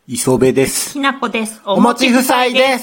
磯部です。 きなこです。 おもち夫妻です。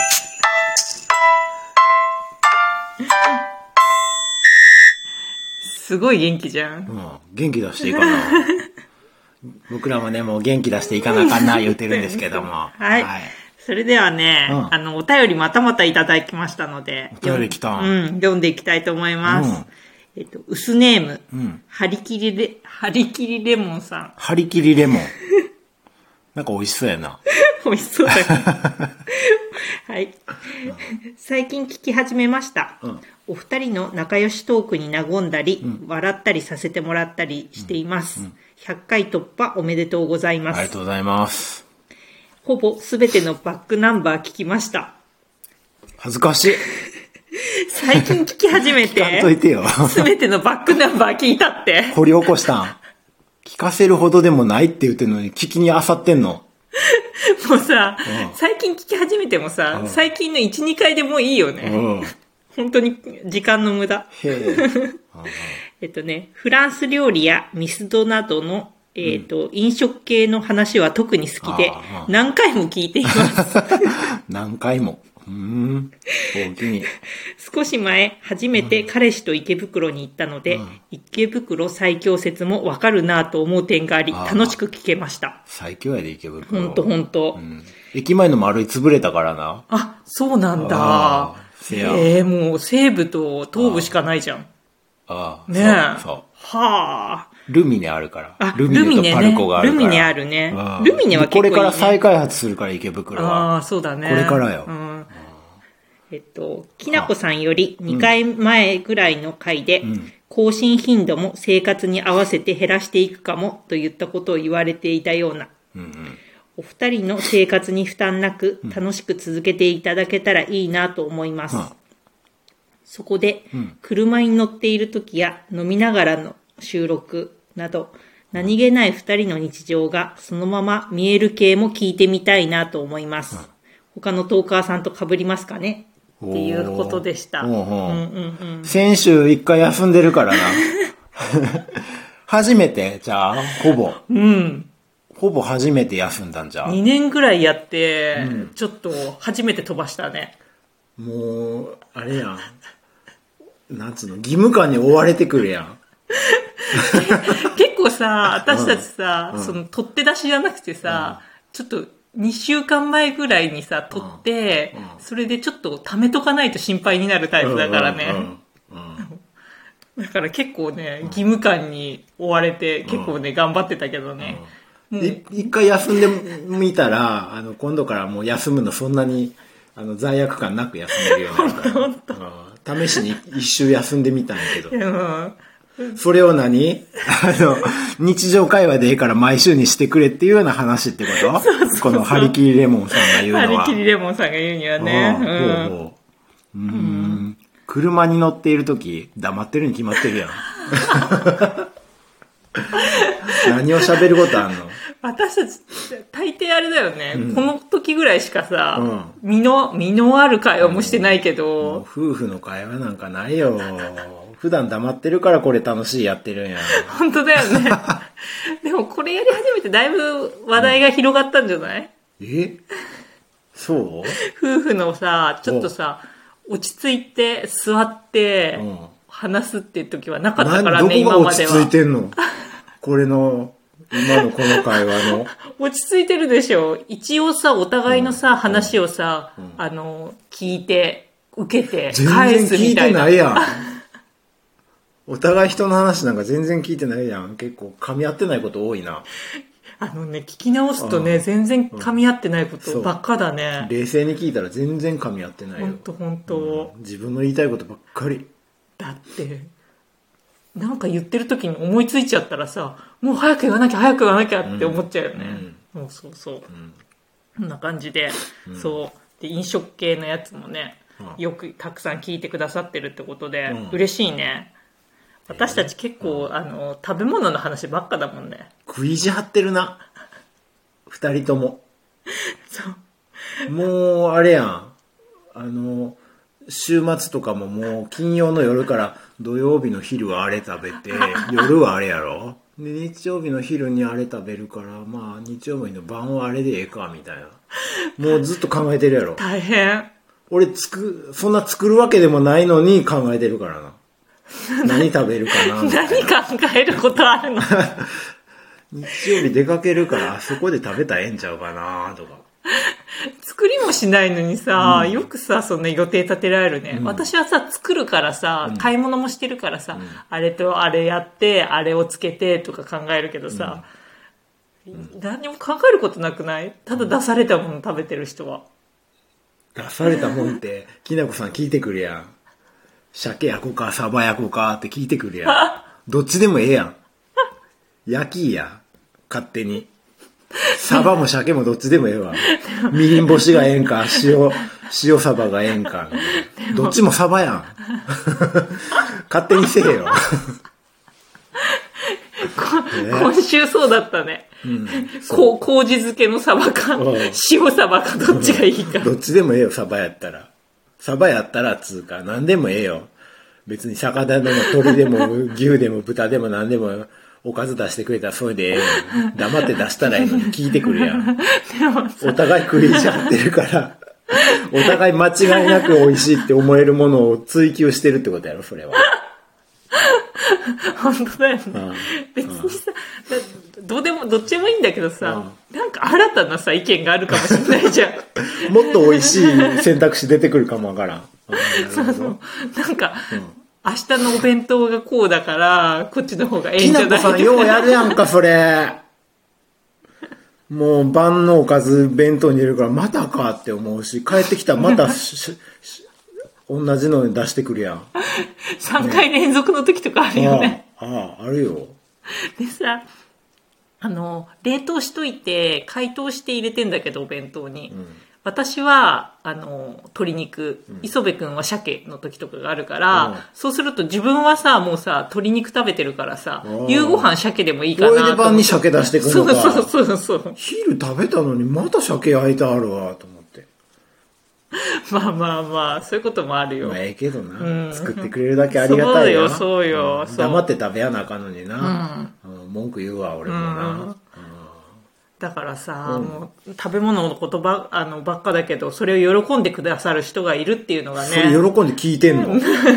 すごい元気じゃん。 元気出していかな。僕らもね、もう元気出していかなあかんな言うてるんですけども。 はい。それではね、お便りまたまたいただきましたので。 お便り来た。 読んでいきたいと思います。薄ネーム、張り切りレモンさん。 張り切りレモン。なんか美味しそうやな。 美味しそうだね。はい。最近聞き始めました。お二人の仲良しトークに和んだり、笑ったりさせてもらったりしています。100回突破おめでとうございます。 ありがとうございます。 ほぼすべてのバックナンバー聞きました。 恥ずかしい。 最近聞き始めて。 聞かんといてよ。 すべてのバックナンバー聞いたって。 掘り起こしたん。聞かせるほどでもないって言ってるのに聞きにあさってんの。 もうさ、最近聞き始めてもさ、最近の1、2回でもういいよね。本当に時間の無駄。フランス料理やミスドなどの、飲食系の話は特に好きで、何回も聞いています。 何回も。大きに。 少し前、初めて彼氏と池袋に行ったので、池袋最強説もわかるなぁと思う点があり、楽しく聞けました。 最強やで池袋。 ほんと。 駅前の丸い潰れたからな。 あ、そうなんだ。もう西部と東部しかないじゃん。ねえ。そう。はあ。 ルミネあるから。 ルミネとパルコがあるから。ルミネあるね。ルミネは結構いいね。 これから再開発するから池袋は。 ああ、そうだね。 これからよ。 きなこさんより2回前ぐらいの回で、更新頻度も生活に合わせて減らしていくかもといったことを言われていたような。お二人の生活に負担なく楽しく続けていただけたらいいなと思います。そこで、車に乗っている時や飲みながらの収録など、何気ない二人の日常がそのまま見える系も聞いてみたいなと思います。他のトーカーさんと被りますかねっていうことでした。 先週1回休んでるからな。初めてじゃあほぼ。ほぼ初めて休んだんじゃ。 2年ぐらいやって、ちょっと初めて飛ばしたね。 もう、あれやん。なんつうの、義務感に追われてくるやん。 結構さ、私たちさ、その取って出しじゃなくてさ、ちょっと2週間前ぐらいにさ、取って、それでちょっと貯めとかないと心配になるタイプだからね。だから結構ね、義務感に追われて、結構ね、頑張ってたけどね。 一回休んでみたら、今度からもう休むのそんなに、罪悪感なく休めるようになるから。試しに一周休んでみたんやけど。それを日常会話でいいから毎週にしてくれっていうような話ってことこのハリキリレモンさんが言うのは。 ハリキリレモンさんが言うにはね。 車に乗っているとき、黙ってるに決まってるやん。何を喋ることあんの？ 私たち、大抵あれだよね。この時ぐらいしかさ、身のある会話もしてないけど。 夫婦の会話なんかないよ。普段黙ってるからこれ楽しいやってるんや。 本当だよね。でもこれやり始めてだいぶ話題が広がったんじゃない？ そう？ 夫婦のさ、ちょっとさ、落ち着いて座って話すっていう時はなかったからね、今までは。 どこが落ち着いてんの？これの、今のこの会話の。 落ち着いてるでしょ。一応さ、お互いのさ、話をさ、聞いて、受けて、返すみたいな。 全然聞いてないやん。お互い人の話なんか全然聞いてないやん。結構噛み合ってないこと多いな。 聞き直すとね、全然噛み合ってないことばっかだね。 冷静に聞いたら全然噛み合ってないよ。 ほんと。 自分の言いたいことばっかり。 だって、なんか言ってる時に思いついちゃったらさ、もう早く言わなきゃって思っちゃうよね。そう。こんな感じで、そう。で、飲食系のやつもね、よくたくさん聞いてくださってるってことで、嬉しいね。私たち結構、食べ物の話ばっかだもんね。 食い意地張ってるな。二人とも。 そう。 もう、あれやん。週末とかももう金曜の夜から土曜日の昼はあれ食べて、夜はあれやろ。 で日曜日の昼にあれ食べるから、まあ日曜日の晩はあれでええかみたいな。もうずっと考えてるやろ。 大変。 俺そんな作るわけでもないのに考えてるからな。何食べるかなみたいな。 何考えることあるの？ 日曜日出かけるからあそこで食べたらええんちゃうかなとか。 作りもしないのにさ、よくさ、そんな予定立てられるね。私はさ、作るからさ、買い物もしてるからさ、あれとあれやって、あれをつけてとか考えるけどさ、何も考えることなくない？ただ出されたもの食べてる人は。 出されたもんって、きなこさん聞いてくるやん。鮭焼こうか、サバ焼こうかって聞いてくるやん。どっちでもええやん。焼きや。勝手に。サバも鮭もどっちでもええわ。みりん干しがええんか、塩サバがええんか。どっちもサバやん。勝手にせえよ。 今週そうだったね。麹漬けのサバか、塩サバかどっちがいいか。 どっちでもええよ、サバやったら。サバやったらつうか、何でもええよ。別に魚でも鳥でも牛でも豚でも何でもおかず出してくれたらそれでええよ。黙って出したらええのに聞いてくるやん。お互い食いしちゃってるから、お互い間違いなく美味しいって思えるものを追求してるってことやろ、それは。 本当だよね。別にさ、どっちもいいんだけどさ、なんか新たなさ、意見があるかもしれないじゃん。 もっと美味しい選択肢出てくるかもわからん。 そう。なんか、明日のお弁当がこうだから、こっちの方がええんじゃない？ きなこさんようやるやんか、それ。もう晩のおかず弁当に入れるから、またかって思うし、帰ってきたらまた同じのに出してくるやん。 3回連続の時とかあるよね。 あるよ。 でさ、冷凍しといて、解凍して入れてんだけど、お弁当に。私は、鶏肉、磯部くんは鮭の時とかがあるから、そうすると自分はさ、もうさ、鶏肉食べてるからさ、夕ご飯鮭でもいいかなと思って。 おいで晩に鮭出してくるのか。 そう。 昼食べたのにまた鮭焼いてあるわ、と思って。 まあ、そういうこともあるよ。 まあ、ええけどな、作ってくれるだけありがたいよ。 そうよ。 黙って食べやなあかんのにな。文句言うわ、俺もな。 だからさ、もう食べ物のことばっかだけど、それを喜んでくださる人がいるっていうのがね。 それ喜んで聞いてんの？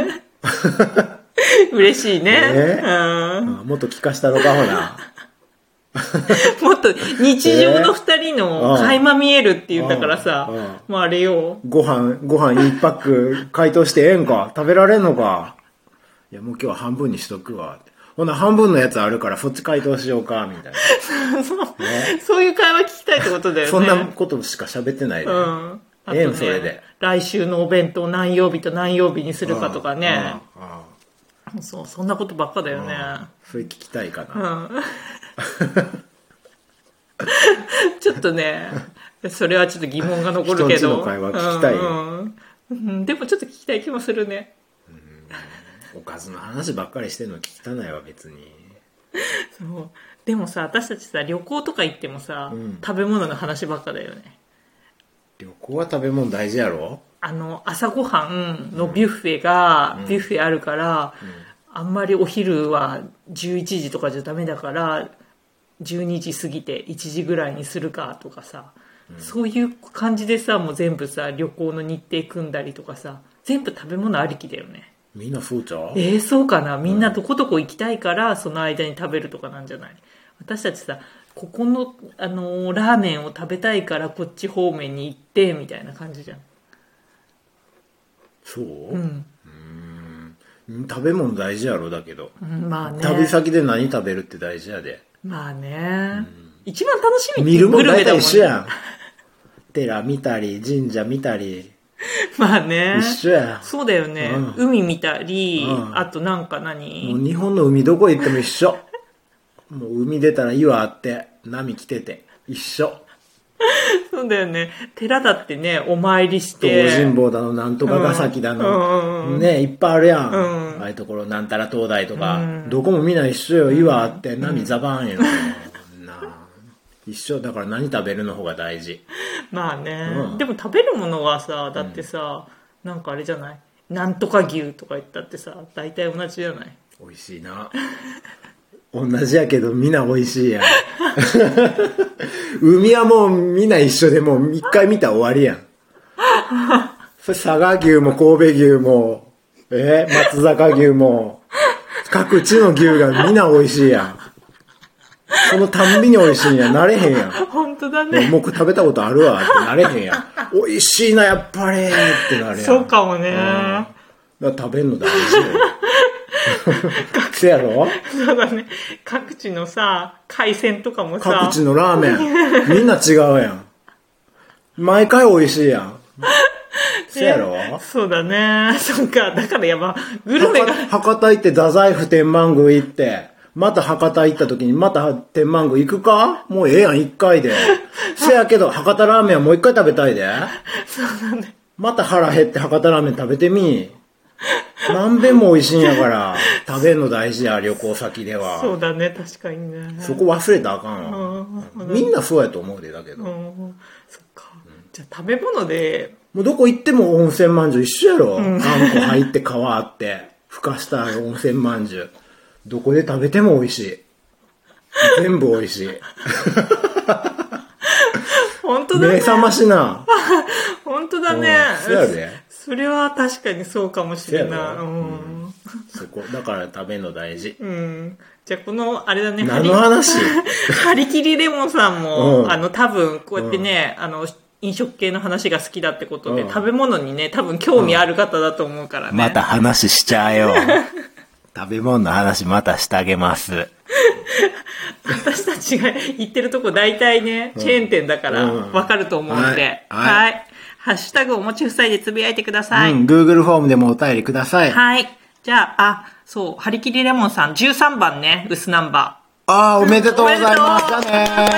嬉しいね。 もっと聞かしたろか、ほら。 もっと日常の二人の垣間見えるっていうんだからさ、もうあれよ。 ご飯1パック解凍してええんか？食べられんのか？いや、もう今日は半分にしとくわ。ほな半分のやつあるからそっち解凍しようかみたいな。 そういう会話聞きたいってことだよね。 そんなことしか喋ってないで。ええんそれで。 来週のお弁当何曜日と何曜日にするかとかね。そんなことばっかだよね。 それ聞きたいかな。 ちょっとね、それはちょっと疑問が残るけど。 人んちの会話聞きたいよ。 でもちょっと聞きたい気もするね。 おかずの話ばっかりしてるの聞きたないわ、別に。 そう。でもさ、私たちさ、旅行とか行ってもさ、食べ物の話ばっかだよね。 旅行は食べ物大事やろ？ 朝ごはんのビュッフェが、ビュッフェあるから、あんまりお昼は11時とかじゃダメだから、12時過ぎて1時ぐらいにするかとかさ、そういう感じでさ、もう全部さ、旅行の日程組んだりとかさ、全部食べ物ありきだよね。 みんなそうちゃう？ そうかな。みんなどこどこ行きたいから、その間に食べるとかなんじゃない？私たちさ、ここの、ラーメンを食べたいからこっち方面に行って、みたいな感じじゃん。 そう？食べ物大事やろ、だけど。 まあね。 旅先で何食べるって大事やで。 まあね。一番楽しみって見るもん大体グルメだもんね。 一緒やん。寺見たり、神社見たり。 まあね。 一緒や。 そうだよね。海見たり、あとなんか何？ もう日本の海どこ行っても一緒。もう海出たら岩あって、波来てて、一緒。 そうだよね。寺だってね、お参りして。 東尋坊だの、なんとかヶ崎だの、ね、いっぱいあるやん。ああいうところ、なんたら灯台とか、どこもみんな一緒よ。岩あって、波ザバーンよ。一緒だから何食べるの方が大事。 まあね、でも食べるものはさ、だってさ、なんかあれじゃない？なんとか牛とか言ったってさ、大体同じじゃない？ 美味しいな。 同じやけどみんな美味しいやん。海はもうみんな一緒でもう一回見たら終わりやん。それ佐賀牛も神戸牛も、松坂牛も、各地の牛がみんな美味しいやん。そのたんびに美味しいんや。なれへんやん。 本当だね。 僕食べたことあるわってなれへんやん。美味しいな、やっぱりってなるやん。 そうかもね。 だから食べんの大事よ。せやろ？ そうだね。各地のさ、海鮮とかもさ。 各地のラーメン。みんな違うやん。毎回美味しいやん。せやろ？ そうだね。そっか。だからやば、グルメが。 博多行って太宰府天満宮行って、また博多行った時にまた天満宮行くか？もうええやん、一回で。せやけど、博多ラーメンはもう一回食べたいで。 そうだね。 また腹減って博多ラーメン食べてみ。何べんも美味しいんやから、食べるの大事や、旅行先では。 そうだね、確かにね。 そこ忘れたらあかんわ。みんなそうやと思うで、だけど。 そっか。じゃあ食べ物で。 もうどこ行っても温泉まんじゅう一緒やろ。あんこ入って皮あって、ふかした温泉まんじゅう。どこで食べても美味しい。全部美味しい。 本当だね。 目覚ましな。 本当だね。 そうやで。 それは確かにそうかもしれない。 そこ、だから食べるの大事。 じゃあこの、あれだね。 何の話？ はりきりレモンさんも、多分こうやってね、飲食系の話が好きだってことで、食べ物にね、多分興味ある方だと思うからね。 また話しちゃえよ。食べ物の話またしてあげます。 私たちが行ってるとこ大体ね、チェーン店だから分かると思うんで。はい。ハッシュタグおもち夫妻でつぶやいてください。 Google フォームでもお便りください。 はい。じゃあ、そう、はりきりレモンさん13番ね、薄ナンバー。 おめでとうございます。じゃあねー。